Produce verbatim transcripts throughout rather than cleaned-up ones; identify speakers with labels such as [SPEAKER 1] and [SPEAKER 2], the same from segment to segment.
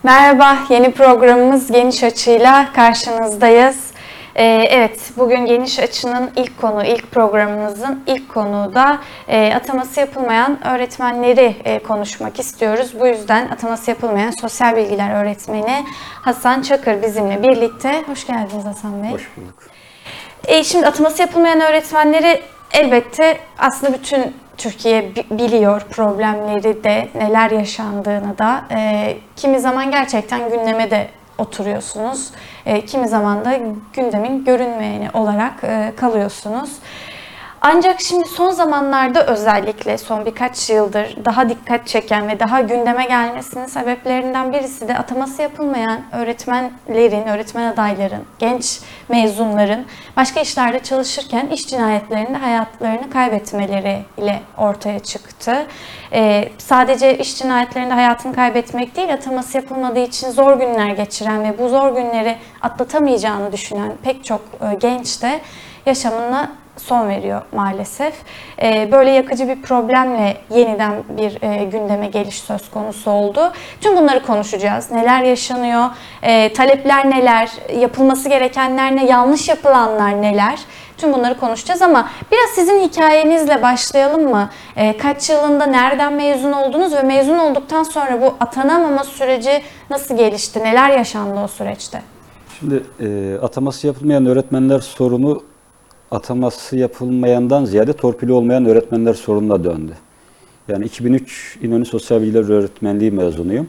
[SPEAKER 1] Merhaba, yeni programımız Geniş Açı'yla karşınızdayız. Ee, evet, bugün Geniş Açı'nın ilk konu, ilk programımızın ilk konuğu da e, ataması yapılmayan öğretmenleri e, konuşmak istiyoruz. Bu yüzden ataması yapılmayan sosyal bilgiler öğretmeni Hasan Çakır bizimle birlikte. Hoş geldiniz Hasan Bey.
[SPEAKER 2] Hoş bulduk.
[SPEAKER 1] E, şimdi ataması yapılmayan öğretmenleri elbette aslında bütün Türkiye biliyor problemleri de, neler yaşandığını da. E, kimi zaman gerçekten gündeme de oturuyorsunuz. E, kimi zaman da gündemin görünmeyeni olarak e, kalıyorsunuz. Ancak şimdi son zamanlarda özellikle son birkaç yıldır daha dikkat çeken ve daha gündeme gelmesinin sebeplerinden birisi de ataması yapılmayan öğretmenlerin, öğretmen adayların, genç mezunların başka işlerde çalışırken iş cinayetlerinde hayatlarını kaybetmeleriyle ortaya çıktı. Ee, sadece iş cinayetlerinde hayatını kaybetmek değil, ataması yapılmadığı için zor günler geçiren ve bu zor günleri atlatamayacağını düşünen pek çok e, genç de yaşamına son veriyor maalesef. Böyle yakıcı bir problemle yeniden bir gündeme geliş söz konusu oldu. Tüm bunları konuşacağız. Neler yaşanıyor, talepler neler, yapılması gerekenler ne, yanlış yapılanlar neler? Tüm bunları konuşacağız ama biraz sizin hikayenizle başlayalım mı? Kaç yılında nereden mezun oldunuz ve mezun olduktan sonra bu atanamama süreci nasıl gelişti? Neler yaşandı o süreçte?
[SPEAKER 2] Şimdi e, ataması yapılmayan öğretmenler sorunu ataması yapılmayandan ziyade torpili olmayan öğretmenler sorununa döndü. Yani iki bin üç İnönü Sosyal Bilgiler Öğretmenliği mezunuyum.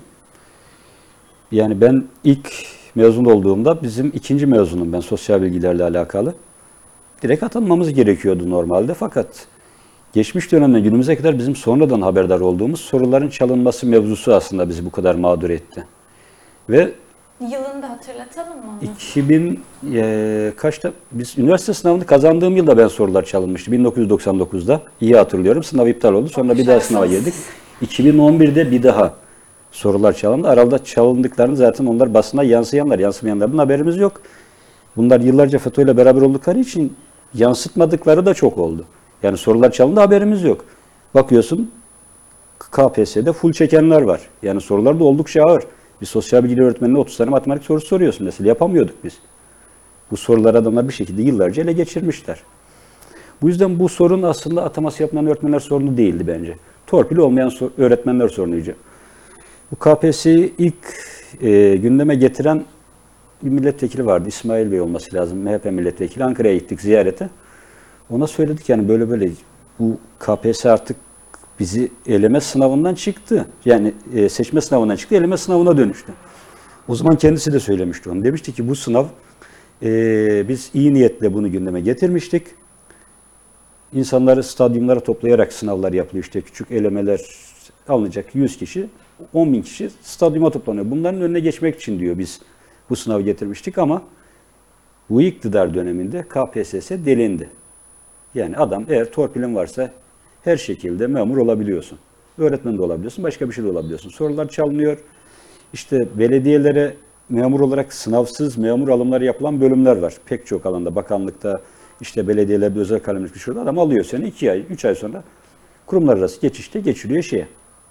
[SPEAKER 2] Yani ben ilk mezun olduğumda bizim ikinci mezunum ben sosyal bilgilerle alakalı. Direkt atanmamız gerekiyordu normalde fakat geçmiş dönemden günümüze kadar bizim sonradan haberdar olduğumuz soruların çalınması mevzusu aslında bizi bu kadar mağdur etti. Ve
[SPEAKER 1] yılını da hatırlatalım mı onu?
[SPEAKER 2] iki bin e, kaçta? Biz üniversite sınavını kazandığım yılda ben sorular çalınmıştı. bin dokuz yüz doksan dokuzda. İyi hatırlıyorum. Sınav iptal oldu. Sonra bir daha sınava girdik. iki bin on birde bir daha sorular çalındı. Arada çalındıklarını zaten onlar basına yansıyanlar, yansımayanlardan haberimiz yok. Bunlar yıllarca FETÖ ile beraber oldukları için yansıtmadıkları da çok oldu. Yani sorular çalındı, haberimiz yok. Bakıyorsun K P S S'de full çekenler var. Yani sorular da oldukça ağır. Bir sosyal bilgiler öğretmenine otuz tane matematik sorusu soruyorsun mesela. Yapamıyorduk biz. Bu soruları adamlar bir şekilde yıllarca ele geçirmişler. Bu yüzden bu sorun aslında ataması yapmayan öğretmenler sorunu değildi bence. Torpili olmayan öğretmenler sorunuydu. Bu K P S S'yi ilk e, gündeme getiren bir milletvekili vardı. İsmail Bey olması lazım. M H P milletvekili. Ankara'ya gittik ziyarete. Ona söyledik yani böyle böyle bu K P S S artık bizi eleme sınavından çıktı. Yani e, seçme sınavından çıktı, eleme sınavına dönüştü. O zaman kendisi de söylemişti onu. Demişti ki bu sınav, e, biz iyi niyetle bunu gündeme getirmiştik. İnsanları stadyumlara toplayarak sınavlar yapılıyor. İşte küçük elemeler alınacak yüz kişi, on bin kişi stadyuma toplanıyor. Bunların önüne geçmek için diyor biz bu sınavı getirmiştik ama bu iktidar döneminde K P S S delindi. Yani adam eğer torpilin varsa her şekilde memur olabiliyorsun. Öğretmen de olabiliyorsun, başka bir şey de olabiliyorsun. Sorular çalınıyor. İşte belediyelere memur olarak sınavsız memur alımları yapılan bölümler var. Pek çok alanda, bakanlıkta, işte belediyelerde özel kalemlik düşürüyor. Adam alıyor seni iki ay, üç ay sonra kurumlar arası geçişte geçiriyor şeye.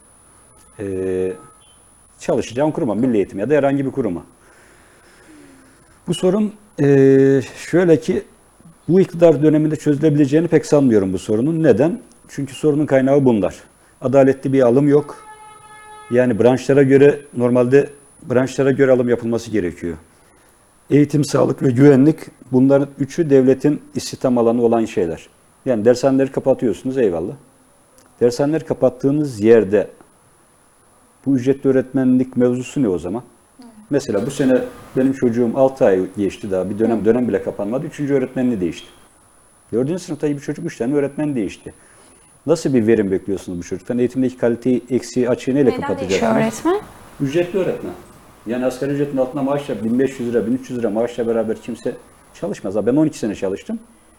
[SPEAKER 2] Ee, çalışacağın kuruma, milli eğitim ya da herhangi bir kuruma. Bu sorun ee, şöyle ki bu iktidar döneminde çözülebileceğini pek sanmıyorum bu sorunun. Neden? Çünkü sorunun kaynağı bunlar. Adaletli bir alım yok. Yani branşlara göre, normalde branşlara göre alım yapılması gerekiyor. Eğitim, sağlık ve güvenlik, bunların üçü devletin istihdam alanı olan şeyler. Yani dershaneleri kapatıyorsunuz, eyvallah. Dershaneleri kapattığınız yerde bu ücretli öğretmenlik mevzusu ne o zaman? Mesela bu sene benim çocuğum altı ay geçti daha, bir dönem dönem bile kapanmadı. Üçüncü öğretmenliği değişti. Dördüncü sınıfta bir çocuk üç tane öğretmen değişti. Nasıl bir verim bekliyorsunuz bu çocuktan? Eğitimdeki kaliteyi, eksiği, açığı neyle kapatacaksınız?
[SPEAKER 1] Neden değişiyor öğretmen?
[SPEAKER 2] Ücretli öğretmen. Yani asgari ücretin altında maaşla bin beş yüz lira, bin üç yüz lira maaşla beraber kimse çalışmaz. Ben on iki sene çalıştım.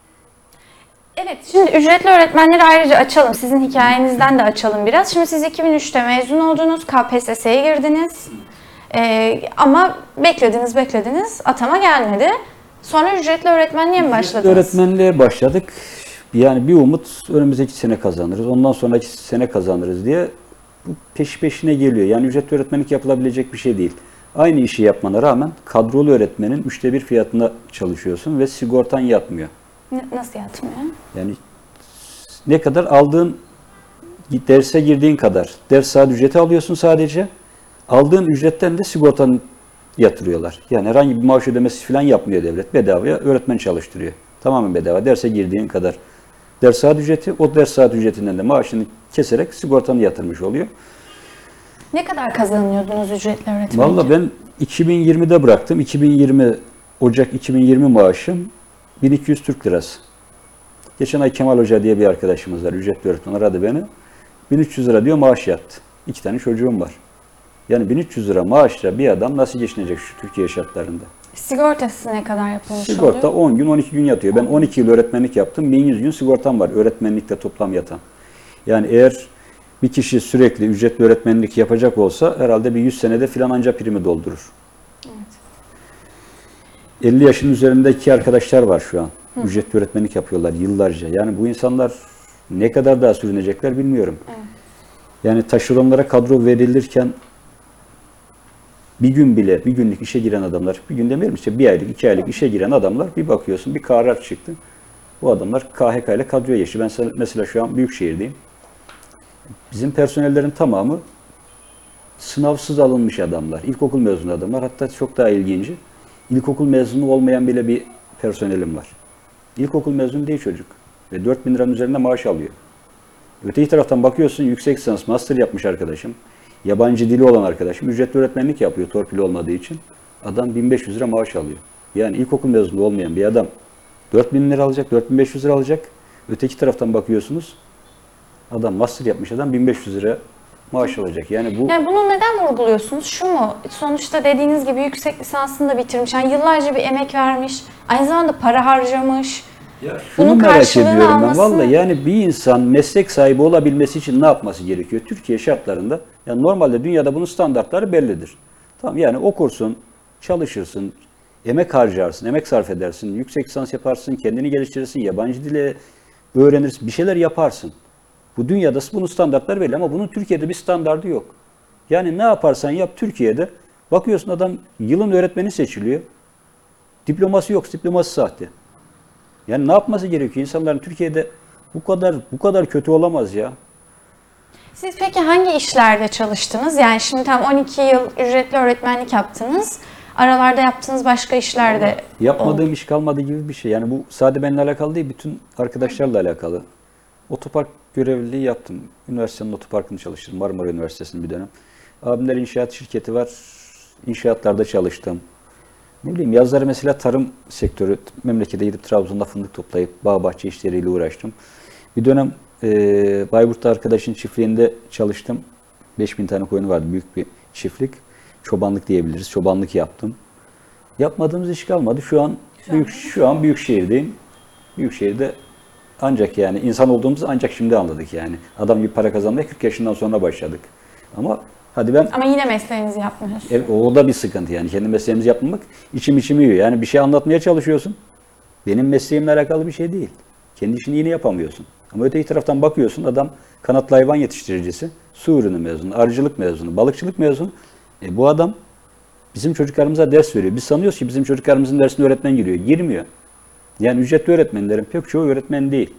[SPEAKER 1] Evet, şimdi ücretli öğretmenleri ayrıca açalım. Sizin hikayenizden de açalım biraz. Şimdi siz iki bin üçte mezun oldunuz, K P S S'ye girdiniz. Ee, ama beklediniz, beklediniz, atama gelmedi. Sonra ücretli öğretmenliğe mi başladınız?
[SPEAKER 2] Ücretli öğretmenliğe başladık. Yani bir umut önümüzdeki sene kazanırız, ondan sonraki sene kazanırız diye bu peş peşine geliyor. Yani ücretli öğretmenlik yapılabilecek bir şey değil. Aynı işi yapmana rağmen kadrolu öğretmenin üçte bir fiyatına çalışıyorsun ve sigortan yatmıyor.
[SPEAKER 1] N- nasıl yatmıyor?
[SPEAKER 2] Yani ne kadar aldığın, derse girdiğin kadar ders saat ücreti alıyorsun sadece. Aldığın ücretten de sigortanı yatırıyorlar. Yani herhangi bir maaş ödemesi falan yapmıyor devlet. Bedavaya öğretmen çalıştırıyor. Tamamen bedava. Derse girdiğin kadar ders saat ücreti, o ders saat ücretinden de maaşını keserek sigortanı yatırmış oluyor.
[SPEAKER 1] Ne kadar kazanıyordunuz ücretli öğretmenlik?
[SPEAKER 2] Vallahi ben iki bin yirmide bıraktım. iki bin yirmi Ocak iki bin yirmi maaşım bin iki yüz Türk lirası. Geçen ay Kemal Hoca diye bir arkadaşımız var. Ücretli öğretmen aradı beni. bin üç yüz lira diyor maaş yattı. İki tane çocuğum var. Yani bin üç yüz lira maaşla bir adam nasıl geçinecek şu Türkiye şartlarında?
[SPEAKER 1] Sigortası ne kadar yapılmış
[SPEAKER 2] Sigorta
[SPEAKER 1] oluyor?
[SPEAKER 2] on gün on iki gün yatıyor. Ben on iki yıl öğretmenlik yaptım. bin yüz gün sigortam var. Öğretmenlikte toplam yatan. Yani eğer bir kişi sürekli ücretli öğretmenlik yapacak olsa herhalde bir yüz senede filan anca primi doldurur.
[SPEAKER 1] Evet.
[SPEAKER 2] elli yaşın üzerindeki arkadaşlar var şu an. Hı. Ücretli öğretmenlik yapıyorlar yıllarca. Yani bu insanlar ne kadar daha sürünecekler bilmiyorum.
[SPEAKER 1] Evet.
[SPEAKER 2] Yani taşeronlara kadro verilirken bir gün bile, bir günlük işe giren adamlar, bir gün demeyelim işte bir aylık, iki aylık işe giren adamlar bir bakıyorsun bir karar çıktı. Bu adamlar K H K ile kadroya geçti. Ben mesela şu an Büyükşehir'deyim. Bizim personellerin tamamı sınavsız alınmış adamlar. İlkokul mezunu adamlar. Hatta çok daha ilginci. İlkokul mezunu olmayan bile bir personelim var. İlkokul mezunu değil çocuk. Ve dört bin liranın üzerinde maaş alıyor. Öteki taraftan bakıyorsun yüksek lisans, master yapmış arkadaşım. Yabancı dili olan arkadaşım. Ücretli öğretmenlik yapıyor torpili olmadığı için. Adam bin beş yüz lira maaş alıyor. Yani ilkokul mezunu olmayan bir adam dört bin lira alacak, dört bin beş yüz lira alacak. Öteki taraftan bakıyorsunuz adam master yapmış adam bin beş yüz lira maaş alacak. Yani bu
[SPEAKER 1] Yani bunu neden vurguluyorsunuz? Şu mu? Sonuçta dediğiniz gibi yüksek lisansını da bitirmiş. Yani yıllarca bir emek vermiş. Aynı zamanda para harcamış.
[SPEAKER 2] Ya şunu
[SPEAKER 1] Bunun
[SPEAKER 2] merak
[SPEAKER 1] karşılığını
[SPEAKER 2] ediyorum ben.
[SPEAKER 1] alması-
[SPEAKER 2] Vallahi yani bir insan meslek sahibi olabilmesi için ne yapması gerekiyor? Türkiye şartlarında yani normalde dünyada bunun standartları bellidir. Tamam yani okursun, çalışırsın, emek harcarsın, emek sarf edersin, yüksek lisans yaparsın, kendini geliştirirsin, yabancı dili öğrenirsin, bir şeyler yaparsın. Bu dünyada bunun standartları belli ama bunun Türkiye'de bir standardı yok. Yani ne yaparsan yap Türkiye'de bakıyorsun adam yılın öğretmeni seçiliyor. Diploması yok, diploması sahte. Yani ne yapması gerekiyor? İnsanların Türkiye'de bu kadar bu kadar kötü olamaz ya.
[SPEAKER 1] Siz peki hangi işlerde çalıştınız? Yani şimdi tam on iki yıl ücretli öğretmenlik yaptınız. Aralarda yaptığınız başka işlerde
[SPEAKER 2] Yapmadığım
[SPEAKER 1] oldu.
[SPEAKER 2] iş kalmadı gibi bir şey. Yani bu sadece benimle alakalı değil, bütün arkadaşlarla alakalı. Otopark görevliliği yaptım. Üniversitenin otoparkını çalıştım. Marmara Üniversitesi'nin bir dönem. Abimler inşaat şirketi var. İnşaatlarda çalıştım. Ne bileyim yazları mesela tarım sektörü, memlekete gidip Trabzon'da fındık toplayıp bağ bahçe işleriyle uğraştım. Bir dönem e, Bayburt'ta arkadaşın çiftliğinde çalıştım. beş bin tane koyunu vardı, büyük bir çiftlik. Çobanlık diyebiliriz. Çobanlık yaptım. Yapmadığımız iş kalmadı. Şu an büyük şu an Büyükşehir'deyim. Büyükşehir'de ancak yani insan olduğumuzu ancak şimdi anladık yani. Adam gibi para kazanmaya kırk yaşından sonra başladık. Ama hadi ben
[SPEAKER 1] Ama yine mesleğinizi yapmıyorsunuz.
[SPEAKER 2] Evet, o da bir sıkıntı yani. Kendi mesleğimizi yapmamak içim içimi yiyor. Yani bir şey anlatmaya çalışıyorsun. Benim mesleğimle alakalı bir şey değil. Kendi işini yine yapamıyorsun. Ama öteki taraftan bakıyorsun adam kanatlı hayvan yetiştiricisi, su ürünü mezunu, arıcılık mezunu, balıkçılık mezunu. E, bu adam bizim çocuklarımıza ders veriyor. Biz sanıyoruz ki bizim çocuklarımızın dersine öğretmen giriyor. Girmiyor. Yani ücretli öğretmenlerin pek çoğu öğretmen değil.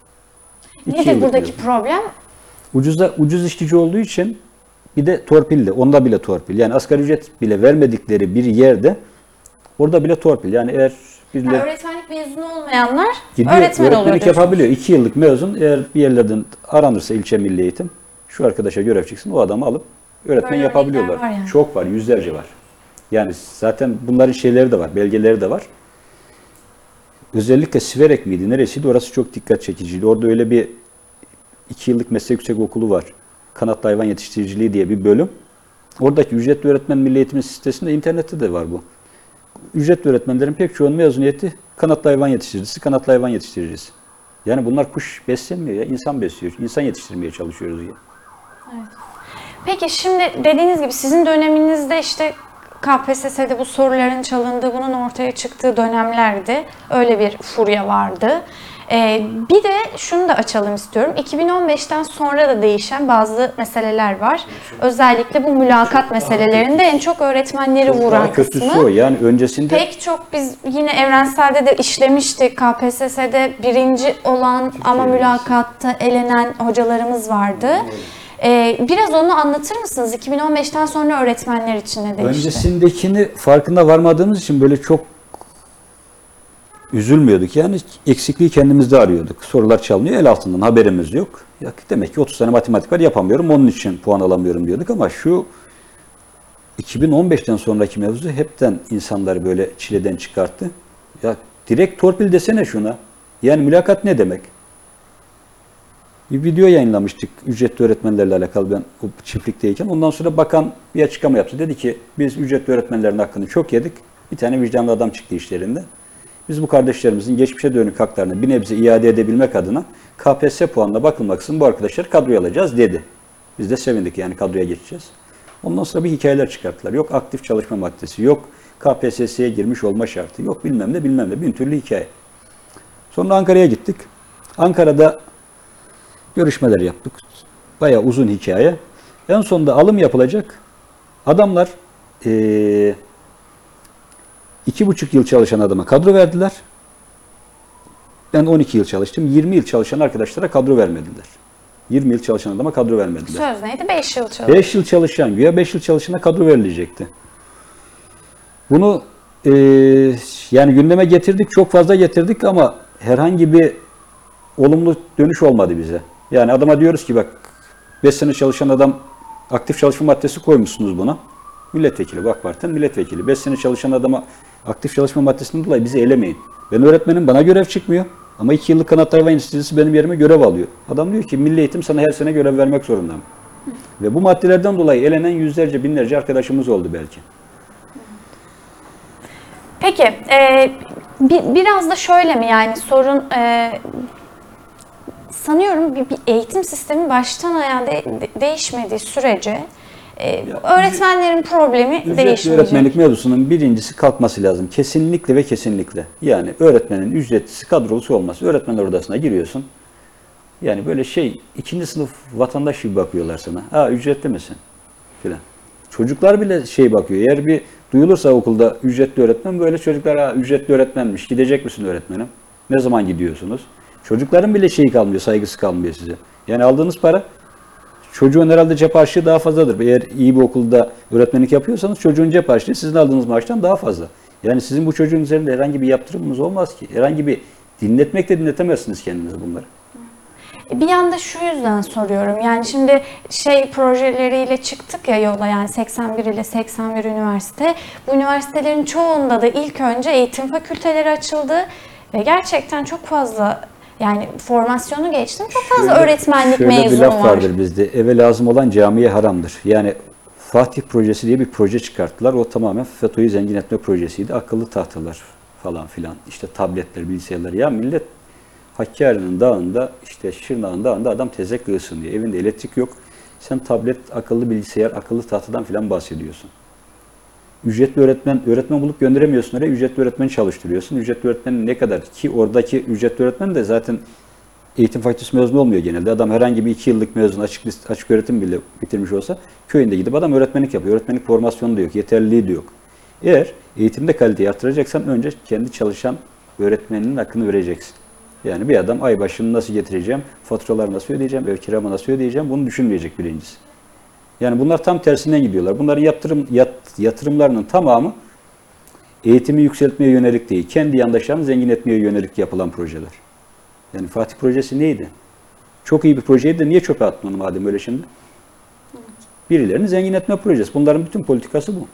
[SPEAKER 2] İki
[SPEAKER 1] Nedir
[SPEAKER 2] yıllık
[SPEAKER 1] buradaki
[SPEAKER 2] mezun.
[SPEAKER 1] problem?
[SPEAKER 2] Ucuza, ucuz işçici olduğu için bir de torpilli. Onda bile torpil. Yani asgari ücret bile vermedikleri bir yerde orada bile torpil. Yani eğer birileri
[SPEAKER 1] Yani öğretmenlik mezunu olmayanlar
[SPEAKER 2] gidiyor,
[SPEAKER 1] öğretmen oluyor
[SPEAKER 2] öğretmenlik
[SPEAKER 1] diyorsunuz.
[SPEAKER 2] yapabiliyor. iki yıllık mezun eğer bir yerlerden aranırsa ilçe milli eğitim şu arkadaşa görev çıksın o adamı alıp öğretmen
[SPEAKER 1] Böyle
[SPEAKER 2] yapabiliyorlar.
[SPEAKER 1] örnekler var yani.
[SPEAKER 2] Çok var. Yüzlerce var. Yani zaten bunların şeyleri de var. Belgeleri de var. Özellikle Siverek miydi? Neresiydi? Orası çok dikkat çekiciydi. Orada öyle bir iki yıllık meslek yüksekokulu var. Kanatlı hayvan yetiştiriciliği diye bir bölüm. Oradaki ücretli öğretmen milli eğitim sitesinde internette de var bu. Ücretli öğretmenlerin pek çoğunun mezuniyeti kanatlı hayvan yetiştiricisi, kanatlı hayvan yetiştiricisi. Yani bunlar kuş beslenmiyor ya, insan besliyor. İnsan yetiştirmeye çalışıyoruz ya.
[SPEAKER 1] Evet. Peki şimdi dediğiniz gibi sizin döneminizde işte K P S S'de bu soruların çalındığı, bunun ortaya çıktığı dönemlerdi. Öyle bir furya vardı. Ee, bir de şunu da açalım istiyorum. iki bin on beşten sonra da değişen bazı meseleler var. Özellikle bu mülakat meselelerinde en çok öğretmenleri vuran
[SPEAKER 2] Kötüsü
[SPEAKER 1] kısmı.
[SPEAKER 2] o. Yani öncesinde
[SPEAKER 1] Pek çok biz yine evrenselde de işlemiştik. K P S S'de birinci olan ama mülakatta elenen hocalarımız vardı. Ee, biraz onu anlatır mısınız? iki bin on beşten sonra öğretmenler için ne değişti?
[SPEAKER 2] öncesindekini farkında varmadığımız için böyle çok üzülmüyorduk. Yani eksikliği kendimizde arıyorduk. Sorular çalınıyor, el altından haberimiz yok. Ya demek ki otuz tane matematik var, yapamıyorum, onun için puan alamıyorum diyorduk ama şu iki bin on beşten sonraki mevzu hepten insanları böyle çileden çıkarttı. Ya direkt torpil desene şuna. Yani mülakat ne demek? Bir video yayınlamıştık ücretli öğretmenlerle alakalı, ben o çiftlikteyken. Ondan sonra bakan bir açıklama yaptı. Dedi ki biz ücretli öğretmenlerin hakkını çok yedik. Bir tane vicdanlı adam çıktı işlerinde. Biz bu kardeşlerimizin geçmişe dönük haklarını bir nebze iade edebilmek adına K P S S puanına bakılmaksızın bu arkadaşları kadroya alacağız dedi. Biz de sevindik, yani kadroya geçeceğiz. Ondan sonra bir hikayeler çıkarttılar. Yok aktif çalışma maddesi, yok K P S S'ye girmiş olma şartı, yok bilmem ne bilmem ne, bin türlü hikaye. Sonra Ankara'ya gittik. Ankara'da görüşmeler yaptık. Bayağı uzun hikaye. En sonunda alım yapılacak. Adamlar ee, iki buçuk yıl çalışan adama kadro verdiler. Ben on iki yıl çalıştım. yirmi yıl çalışan arkadaşlara kadro vermediler. yirmi yıl çalışan adama kadro vermediler.
[SPEAKER 1] Söz neydi? beş yıl çalışan.
[SPEAKER 2] beş yıl çalışan, güya beş yıl çalışana kadro verilecekti. Bunu e, yani gündeme getirdik, çok fazla getirdik ama herhangi bir olumlu dönüş olmadı bize. Yani adama diyoruz ki bak, beş sene çalışan adam, aktif çalışma maddesi koymuşsunuz buna. Milletvekili, AK Parti'nin milletvekili. beş sene çalışan adama aktif çalışma maddesinden dolayı bizi elemeyin. Ben öğretmenim, bana görev çıkmıyor. Ama iki yıllık Kanat Tarava Enstitüsü benim yerime görev alıyor. Adam diyor ki Milli Eğitim sana her sene görev vermek zorunda mı? Ve bu maddelerden dolayı elenen yüzlerce, binlerce arkadaşımız oldu belki.
[SPEAKER 1] Peki, e, bir, biraz da şöyle mi yani sorun, e, sanıyorum bir, bir eğitim sistemi baştan ayağa de, de, değişmediği sürece e, öğretmenlerin problemi
[SPEAKER 2] Ücretli
[SPEAKER 1] değişmeyecek.
[SPEAKER 2] öğretmenlik mevzusunun birincisi kalkması lazım. Kesinlikle ve kesinlikle. Yani öğretmenin ücretlisi, kadrolusu olmaz. Öğretmenler odasına giriyorsun. Yani böyle şey, ikinci sınıf vatandaş gibi bakıyorlar sana. Ha ücretli misin? Filan. Çocuklar bile şey bakıyor. Eğer bir duyulursa okulda ücretli öğretmen, böyle çocuklar ha ücretli öğretmenmiş. Gidecek misin öğretmenim? Ne zaman gidiyorsunuz? Çocukların bile şeyi kalmıyor, saygısı kalmıyor size. Yani aldığınız para, çocuğun herhalde cep harçlığı daha fazladır. Eğer iyi bir okulda öğretmenlik yapıyorsanız çocuğun cep harçlığı sizin aldığınız maaştan daha fazla. Yani sizin bu çocuğun üzerinde herhangi bir yaptırımınız olmaz ki. Herhangi bir dinletmek de dinletemezsiniz kendinize bunları.
[SPEAKER 1] Bir yanda şu yüzden soruyorum. Yani şimdi şey projeleriyle çıktık ya yola, yani seksen bir ile seksen bir üniversite. Bu üniversitelerin çoğunda da ilk önce eğitim fakülteleri açıldı ve gerçekten çok fazla, yani formasyonu geçtim, çok fazla
[SPEAKER 2] Şöyle-
[SPEAKER 1] öğretmenlik
[SPEAKER 2] şöyle
[SPEAKER 1] mezunu
[SPEAKER 2] bir laf
[SPEAKER 1] var.
[SPEAKER 2] vardır bizde. Eve lazım olan camiye haramdır. Yani Fatih projesi diye bir proje çıkarttılar. O tamamen FETÖ'yü zengin etme projesiydi. Akıllı tahtalar falan filan. İşte tabletler, bilgisayarlar. Ya millet Hakkari'nin dağında, işte Şırnak'ın dağında adam tezek kıyısın diye. Evinde elektrik yok. Sen tablet, akıllı bilgisayar, akıllı tahtadan filan bahsediyorsun. Ücretli öğretmen, öğretmen bulup gönderemiyorsun oraya. Ücretli öğretmeni çalıştırıyorsun. Ücretli öğretmenin ne kadar ki oradaki ücretli öğretmen de zaten eğitim fakültesi mezunu olmuyor genelde. Adam herhangi bir iki yıllık mezun, açık, açık öğretim bile bitirmiş olsa köyünde gidip adam öğretmenlik yapıyor. Öğretmenlik formasyonu da yok, yeterliliği de yok. Eğer eğitimde kaliteyi artıracaksan önce kendi çalışan öğretmeninin hakkını vereceksin. Yani bir adam ay başını nasıl getireceğim, faturaları nasıl ödeyeceğim, ev kiramı nasıl ödeyeceğim, bunu düşünmeyecek birincisi. Yani bunlar tam tersinden gidiyorlar. Bunların yatırım, yat, yatırımlarının tamamı eğitimi yükseltmeye yönelik değil, kendi yandaşlarını zengin etmeye yönelik yapılan projeler. Yani Fatih projesi neydi? Çok iyi bir projeydi de niye çöpe attın onu madem öyle şimdi? Birilerini zengin etme projesi. Bunların bütün politikası bu.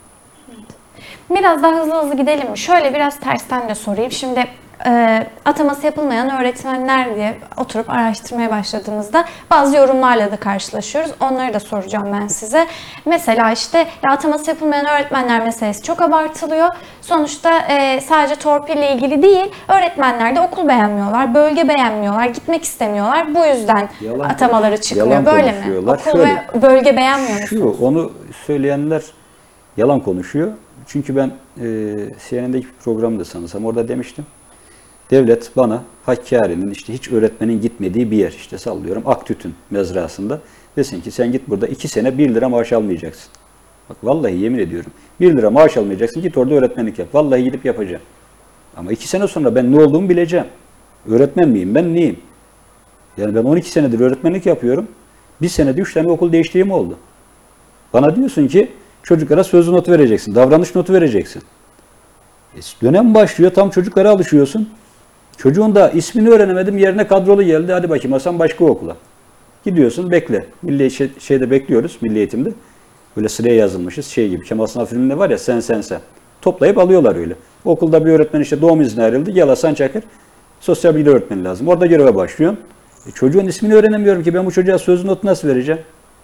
[SPEAKER 1] Biraz daha hızlı hızlı gidelim mi? Şöyle biraz tersten de sorayım. Şimdi e, ataması yapılmayan öğretmenler diye oturup araştırmaya başladığımızda bazı yorumlarla da karşılaşıyoruz. Onları da soracağım ben size. Mesela işte ya ataması yapılmayan öğretmenler meselesi çok abartılıyor. Sonuçta e, sadece torpille ilgili değil, öğretmenler de okul beğenmiyorlar, bölge beğenmiyorlar, gitmek istemiyorlar. Bu yüzden
[SPEAKER 2] Yalan
[SPEAKER 1] atamaları
[SPEAKER 2] konuş-
[SPEAKER 1] çıkmıyor.
[SPEAKER 2] yalan
[SPEAKER 1] Böyle mi?
[SPEAKER 2] konuşuyorlar.
[SPEAKER 1] Okul
[SPEAKER 2] Şöyle,
[SPEAKER 1] ve bölge beğenmiyor musunuz?
[SPEAKER 2] Şu, onu söyleyenler yalan konuşuyor. Çünkü ben e, C N N'deki bir programda sanırsam orada demiştim. devlet bana Hakkari'nin işte hiç öğretmenin gitmediği bir yer işte sallıyorum Aktütün mezrasında desin ki sen git burada iki sene bir lira maaş almayacaksın. Bak vallahi yemin ediyorum bir lira maaş almayacaksın git orada öğretmenlik yap. Vallahi gidip yapacağım. Ama iki sene sonra ben ne olduğumu bileceğim. Öğretmen miyim ben neyim? Yani ben on iki senedir öğretmenlik yapıyorum. Bir senede üç tane okul değiştiğim oldu. Bana diyorsun ki çocuklara sözlü notu vereceksin, davranış notu vereceksin. E, dönem başlıyor, tam çocuklara alışıyorsun. Çocuğun da ismini öğrenemedim, yerine kadrolu geldi. Hadi bakayım Hasan başka okula. Gidiyorsun, bekle. Milli şey, şeyde bekliyoruz, milli eğitimde. Böyle sıraya yazılmışız, şey gibi. Kemal Sunal filminde var ya, sen sen sen. Toplayıp alıyorlar öyle. Okulda bir öğretmen işte doğum izni ayrıldı. Gel Hasan Çakır, sosyal bilgi öğretmeni lazım. Orada göreve başlıyorsun. E, çocuğun ismini öğrenemiyorum ki ben bu çocuğa sözlü notu nasıl vereceğim?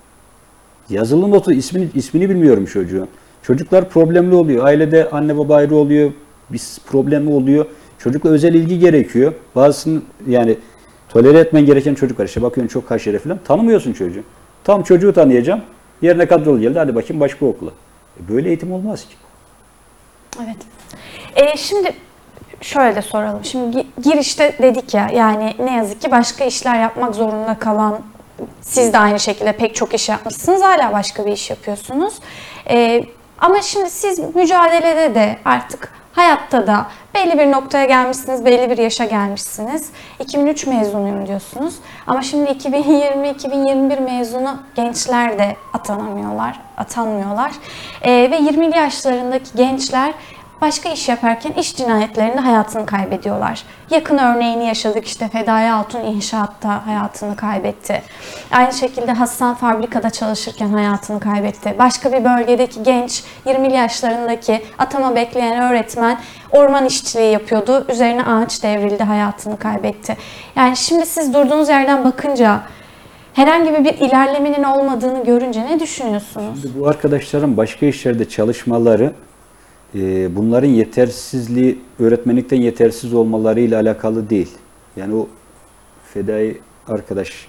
[SPEAKER 2] Yazılı notu, ismini, ismini bilmiyorum çocuğun. Çocuklar problemli oluyor. Ailede anne baba ayrı oluyor. Bir problemi oluyor. Çocukla özel ilgi gerekiyor. Bazısını yani tolere etmen gereken çocuk var. İşte bakıyorsun çok haşere falan. Tanımıyorsun çocuğu. Tam çocuğu tanıyacağım. Yerine kadrolu geldi. Hadi bakayım başka okula. E böyle eğitim olmaz ki.
[SPEAKER 1] Evet. E, şimdi şöyle de soralım. Şimdi girişte dedik ya yani ne yazık ki başka işler yapmak zorunda kalan, siz de aynı şekilde pek çok iş yapmışsınız. Hala başka bir iş yapıyorsunuz. Ee, ama şimdi siz mücadelede de artık hayatta da belli bir noktaya gelmişsiniz, belli bir yaşa gelmişsiniz. iki bin üç mezunuyum diyorsunuz. Ama şimdi iki bin yirmi iki bin yirmi bir mezunu gençler de atanamıyorlar, atanmıyorlar. Ee, ve yirmili yaşlarındaki gençler başka iş yaparken iş cinayetlerinde hayatını kaybediyorlar. Yakın örneğini yaşadık, işte Fedai Altun inşaatta hayatını kaybetti. Aynı şekilde Hasan fabrikada çalışırken hayatını kaybetti. Başka bir bölgedeki genç yirmili yaşlarındaki atama bekleyen öğretmen orman işçiliği yapıyordu. Üzerine ağaç devrildi, hayatını kaybetti. Yani şimdi siz durduğunuz yerden bakınca herhangi bir ilerlemenin olmadığını görünce ne düşünüyorsunuz?
[SPEAKER 2] Şimdi bu arkadaşların başka işlerde çalışmaları bunların yetersizliği, öğretmenlikten yetersiz olmalarıyla alakalı değil. Yani o fedai arkadaş,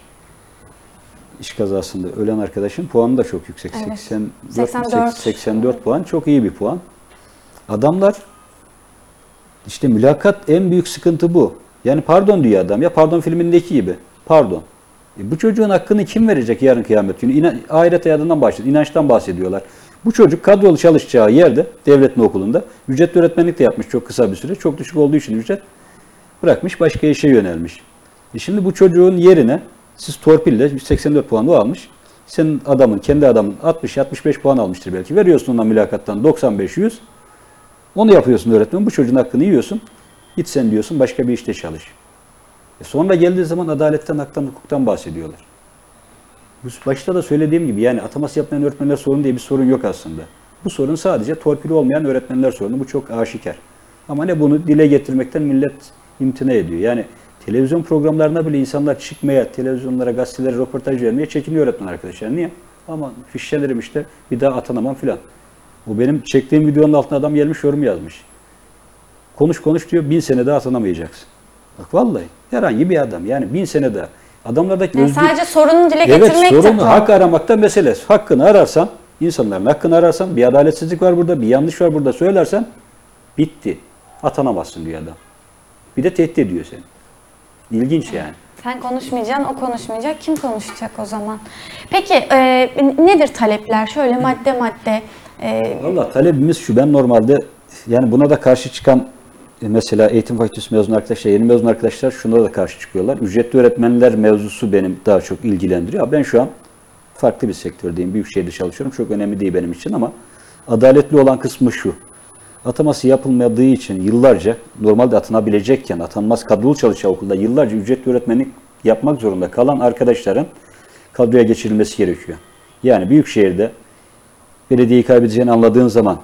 [SPEAKER 2] iş kazasında ölen arkadaşın puanı da çok yüksek.
[SPEAKER 1] Evet.
[SPEAKER 2] seksen dört,
[SPEAKER 1] seksen dört.
[SPEAKER 2] seksen dört puan çok iyi bir puan. Adamlar işte mülakat en büyük sıkıntı bu. Yani pardon diyor adam ya, pardon filmindeki gibi. Pardon. E bu çocuğun hakkını kim verecek yarın kıyamet günü? İna, ahiret hayatından bahsediyor, inançtan bahsediyorlar. Bu çocuk kadrolu çalışacağı yerde, devletin okulunda, ücretli öğretmenlik de yapmış çok kısa bir süre. Çok düşük olduğu için ücret bırakmış, başka işe yönelmiş. E şimdi bu çocuğun yerine siz torpille seksen dört puanı almış. Senin adamın, kendi adamın altmış altmış beş puan almıştır belki. Veriyorsun ona mülakattan doksan beş yüz. Onu yapıyorsun öğretmen. Bu çocuğun hakkını yiyorsun. Git sen diyorsun başka bir işte çalış. E sonra geldiği zaman adaletten, haktan, hukuktan bahsediyorlar. Başta da söylediğim gibi yani ataması yapmayan öğretmenler sorunu diye bir sorun yok aslında. Bu sorun sadece torpili olmayan öğretmenler sorunu. Bu çok aşikar. Ama ne bunu dile getirmekten millet imtina ediyor. Yani televizyon programlarına bile insanlar çıkmaya, televizyonlara, gazetelere röportaj vermeye çekiniyor öğretmen arkadaşlar. Niye? Aman fişlenirim işte bir daha atanamam filan. Bu benim çektiğim videonun altına adam gelmiş yorum yazmış. Konuş konuş diyor, bin sene daha atanamayacaksın. Bak vallahi herhangi bir adam yani bin sene daha. Adamlardaki
[SPEAKER 1] yani
[SPEAKER 2] özgür...
[SPEAKER 1] sadece sorunu dile
[SPEAKER 2] evet,
[SPEAKER 1] getirmek de
[SPEAKER 2] sorunu, hak aramakta mesele. Hakkını ararsan, insanların hakkını ararsan, bir adaletsizlik var burada, bir yanlış var burada söylersen bitti. Atanamazsın diyor adam. Bir de tehdit ediyor seni. İlginç yani.
[SPEAKER 1] Sen konuşmayacaksın, o konuşmayacak. Kim konuşacak o zaman? Peki e, nedir talepler? Şöyle madde madde. E...
[SPEAKER 2] Valla talebimiz şu, ben normalde yani buna da karşı çıkan mesela eğitim fakültesi mezun arkadaşlar, yeni mezun arkadaşlar şuna da karşı çıkıyorlar. Ücretli öğretmenler mevzusu benim daha çok ilgilendiriyor. Ben şu an farklı bir sektördeyim. Büyük şehirde çalışıyorum. Çok önemli değil benim için ama adaletli olan kısmı şu. Ataması yapılmadığı için yıllarca normalde atanabilecekken atanmaz kadrolu çalışan okulda yıllarca ücretli öğretmenlik yapmak zorunda kalan arkadaşların kadroya geçirilmesi gerekiyor. Yani büyük şehirde belediyeyi kaybedeceğini anladığın zaman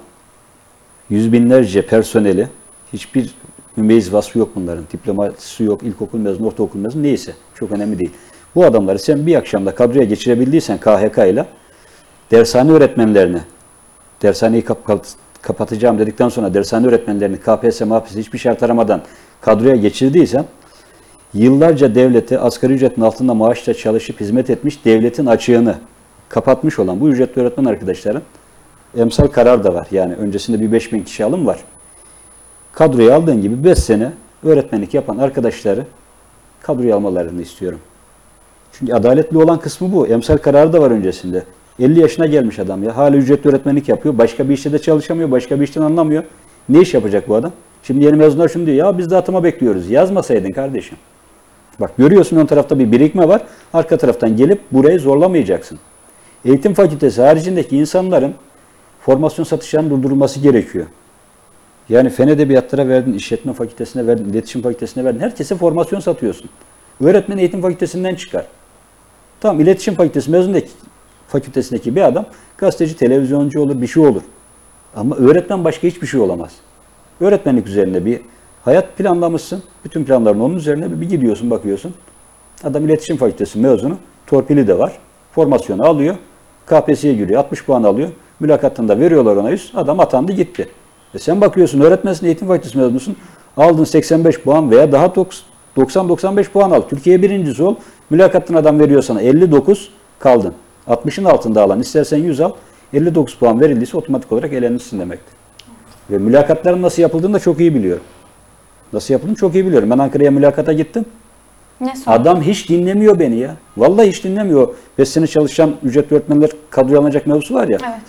[SPEAKER 2] yüz binlerce personeli, hiçbir mümeyyiz vasfı yok bunların. Diploması yok, ilkokul mezunu, ortaokul mezunu neyse. Çok önemli değil. Bu adamları sen bir akşamda kadroya geçirebildiysen K H K ile dershane öğretmenlerini, dershaneyi kap kapatacağım dedikten sonra dershane öğretmenlerini K P S S, M A P S hiçbir şart aramadan kadroya geçirdiysen yıllarca devlete asgari ücretin altında maaşla çalışıp hizmet etmiş, devletin açığını kapatmış olan bu ücretli öğretmen arkadaşların emsal karar da var. Yani öncesinde bir beş bin kişi alım var. Kadroya aldığın gibi beş sene öğretmenlik yapan arkadaşları kadroya almalarını istiyorum. Çünkü adaletli olan kısmı bu. Emsal kararı da var öncesinde. elli yaşına gelmiş adam ya. Hala ücretli öğretmenlik yapıyor. Başka bir işte de çalışamıyor. Başka bir işten anlamıyor. Ne iş yapacak bu adam? Şimdi yeni mezunlar şunu diyor. Ya biz de atama bekliyoruz. Yazmasaydın kardeşim. Bak görüyorsun ön tarafta bir birikme var. Arka taraftan gelip burayı zorlamayacaksın. Eğitim fakültesi haricindeki insanların formasyon satışlarının durdurulması gerekiyor. Yani fen edebiyatlara verdin, işletme fakültesine verdin, iletişim fakültesine verdin. Herkese formasyon satıyorsun. Öğretmen eğitim fakültesinden çıkar. Tamam, iletişim fakültesi mezundaki fakültesindeki bir adam gazeteci, televizyoncu olur, bir şey olur. Ama öğretmen başka hiçbir şey olamaz. Öğretmenlik üzerine bir hayat planlamışsın. Bütün planların onun üzerine bir gidiyorsun, bakıyorsun. Adam iletişim fakültesi mezunu, torpili de var. Formasyonu alıyor, K P S S'ye giriyor, altmış puan alıyor. Mülakatında veriyorlar ona yüz, adam atandı gitti. E sen bakıyorsun öğretmensin, eğitim fakültesi mezunusun, aldın seksen beş puan veya daha doksan doksan beş puan al. Türkiye birincisi ol, mülakattan adam veriyor sana elli dokuz, kaldın. altmışın altında alan, istersen yüz al, elli dokuz puan verildiyse otomatik olarak elenirsin demektir. Ve mülakatların nasıl yapıldığını da çok iyi biliyorum. Nasıl yapıldığını çok iyi biliyorum. Ben Ankara'ya mülakata gittim.
[SPEAKER 1] Ne sordun?
[SPEAKER 2] Adam hiç dinlemiyor beni ya. Vallahi hiç dinlemiyor. beş sene çalışan ücretli öğretmenler kadroya alınacak mevzusu var ya.
[SPEAKER 1] Evet.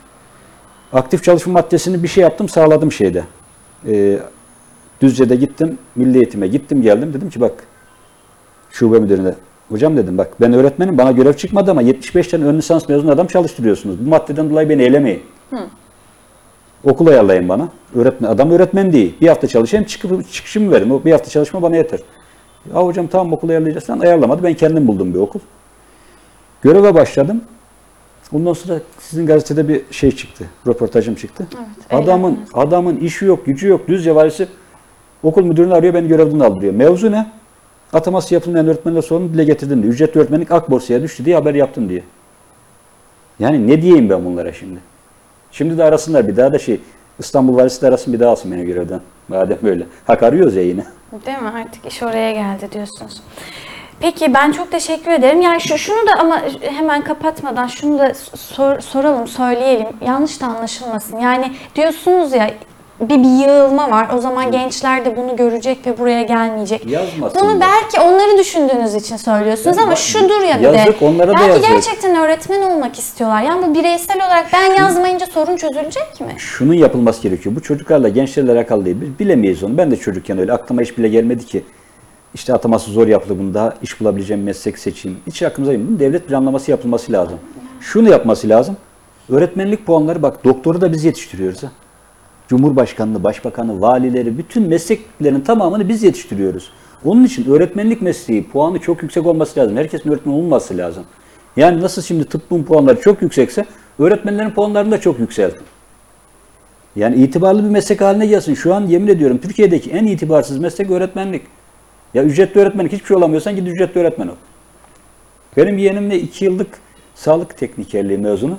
[SPEAKER 2] Aktif çalışma maddesini bir şey yaptım, sağladım şeyde. Ee, Düzce'de gittim, milli eğitime gittim geldim. Dedim ki bak şube müdürüne, hocam dedim bak ben öğretmenim, bana görev çıkmadı ama yetmiş beş tane ön lisans mezunu adam çalıştırıyorsunuz. Bu maddeden dolayı beni elemeyin. Hı. Okul ayarlayın bana. Öğretmen, adam öğretmen değil. Bir hafta çalışayım, çıkıp, çıkışımı verin. O bir hafta çalışma bana yeter. Ya hocam tamam okul ayarlayacaksan ayarlamadı. Ben kendim buldum bir okul. Göreve başladım. Ondan sonra sizin gazetede bir şey çıktı. Röportajım çıktı. Evet, adamın adamın işi yok, gücü yok. Düzce valisi okul müdürünü arıyor, beni görevden aldırıyor. Mevzu ne? Ataması yapılmayan öğretmenler sorunu dile getirdim diye. Ücretli öğretmenlik akborsaya düştü diye haber yaptım diye. Yani ne diyeyim ben bunlara şimdi? Şimdi de arasınlar bir daha da şey, İstanbul valisi de arasın bir daha alsın beni görevden. Madem böyle. Hak arıyoruz ya yine.
[SPEAKER 1] Değil mi? Artık iş oraya geldi diyorsunuz. Peki ben çok teşekkür ederim. Yani şu, şunu da ama hemen kapatmadan şunu da sor, soralım, söyleyelim. Yanlış da anlaşılmasın. Yani diyorsunuz ya bir, bir yığılma var. O zaman gençler de bunu görecek ve buraya gelmeyecek.
[SPEAKER 2] Yazmasın
[SPEAKER 1] bunu
[SPEAKER 2] da.
[SPEAKER 1] belki onları düşündüğünüz için söylüyorsunuz
[SPEAKER 2] Yani
[SPEAKER 1] ama şudur ya bir
[SPEAKER 2] yazık,
[SPEAKER 1] de.
[SPEAKER 2] onlara da
[SPEAKER 1] belki
[SPEAKER 2] yazık.
[SPEAKER 1] gerçekten öğretmen olmak istiyorlar. Yani bu bireysel olarak ben yazmayınca sorun çözülecek mi?
[SPEAKER 2] Şunun yapılması gerekiyor. Bu çocuklarla, gençlerle alakalı değil. Biz bilemeyiz onu. Ben de çocukken öyle. Aklıma hiç bile gelmedi ki. İşte ataması zor yapıldı, bunu daha iş bulabileceğim meslek seçeyim. Hiç aklımıza gelmedi. Bunun devlet planlaması yapılması lazım. Şunu yapması lazım. Öğretmenlik puanları, bak doktoru da biz yetiştiriyoruz. Ha. Cumhurbaşkanlığı, başbakanı, valileri, bütün mesleklerin tamamını biz yetiştiriyoruz. Onun için öğretmenlik mesleği puanı çok yüksek olması lazım. Herkesin öğretmen olması lazım. Yani nasıl şimdi tıbbın puanları çok yüksekse öğretmenlerin puanlarını da çok yükseltin. Yani itibarlı bir meslek haline gelsin. Şu an yemin ediyorum Türkiye'deki en itibarsız meslek öğretmenlik. Ya ücretli öğretmenlik hiçbir şey olamıyorsan git ücretli öğretmen ol. Benim yeğenimle iki yıllık sağlık teknikerliği mezunu.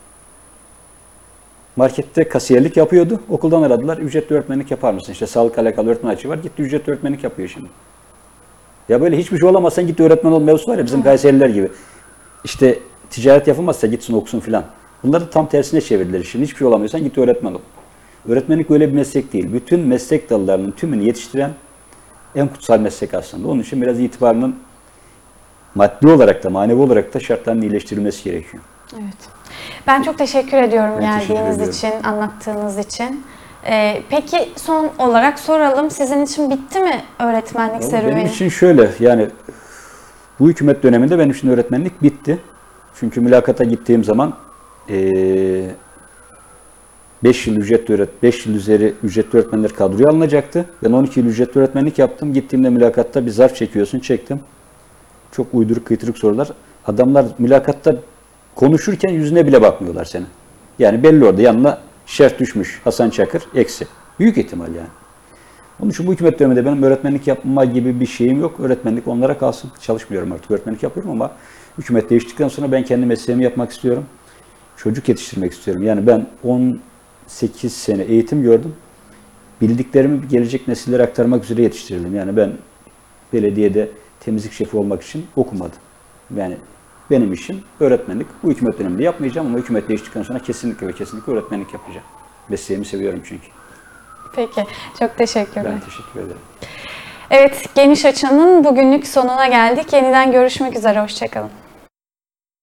[SPEAKER 2] Markette kasiyerlik yapıyordu. Okuldan aradılar. Ücretli öğretmenlik yapar mısın? İşte sağlıkla alakalı öğretmen açığı var. Gitti ücretli öğretmenlik yapıyor şimdi. Ya böyle hiçbir şey olamazsan git öğretmen ol mevzusu var ya bizim Kayseriler gibi. İşte ticaret yapamazsa gitsin okusun filan. Bunları tam tersine çevirdiler şimdi. Hiçbir şey olamıyorsan git öğretmen ol. Öğretmenlik böyle bir meslek değil. Bütün meslek dallarının tümünü yetiştiren en kutsal meslek aslında. Onun için biraz itibarının maddi olarak da manevi olarak da şartlarının iyileştirilmesi gerekiyor.
[SPEAKER 1] Evet. Ben çok teşekkür ediyorum
[SPEAKER 2] Ben
[SPEAKER 1] geldiğiniz
[SPEAKER 2] teşekkür
[SPEAKER 1] için, anlattığınız için. Ee, peki son olarak soralım. Sizin için bitti mi öğretmenlik serüveni?
[SPEAKER 2] Benim için şöyle, yani bu hükümet döneminde benim için öğretmenlik bitti. Çünkü mülakata gittiğim zaman beş yıl ücretli öğret, beş yıl üzeri ücretli öğretmenler kadroya alınacaktı. Ben on iki yıl ücretli öğretmenlik yaptım. Gittiğimde mülakatta bir zarf çekiyorsun, çektim. Çok uyduruk kıytırık sorular. Adamlar mülakatta konuşurken yüzüne bile bakmıyorlar senin. Yani belli orada yanına şerh düşmüş Hasan Çakır, eksi. Büyük ihtimal yani. Onun için bu hükümet döneminde benim öğretmenlik yapma gibi bir şeyim yok. Öğretmenlik onlara kalsın. Çalışmıyorum artık. Öğretmenlik yapıyorum ama hükümet değiştikten sonra ben kendi mesleğimi yapmak istiyorum. Çocuk yetiştirmek istiyorum. Yani ben on sekiz sene eğitim gördüm. Bildiklerimi gelecek nesillere aktarmak üzere yetiştirildim. Yani ben belediyede temizlik şefi olmak için okumadım. Yani benim işim öğretmenlik. Bu hükümet döneminde yapmayacağım ama hükümet değiştikten sonra kesinlikle ve kesinlikle öğretmenlik yapacağım. Mesleğimi seviyorum çünkü.
[SPEAKER 1] Peki, çok teşekkürler.
[SPEAKER 2] Ben teşekkür ederim.
[SPEAKER 1] Evet, Geniş Açı'nın bugünlük sonuna geldik. Yeniden görüşmek üzere, hoşça kalın.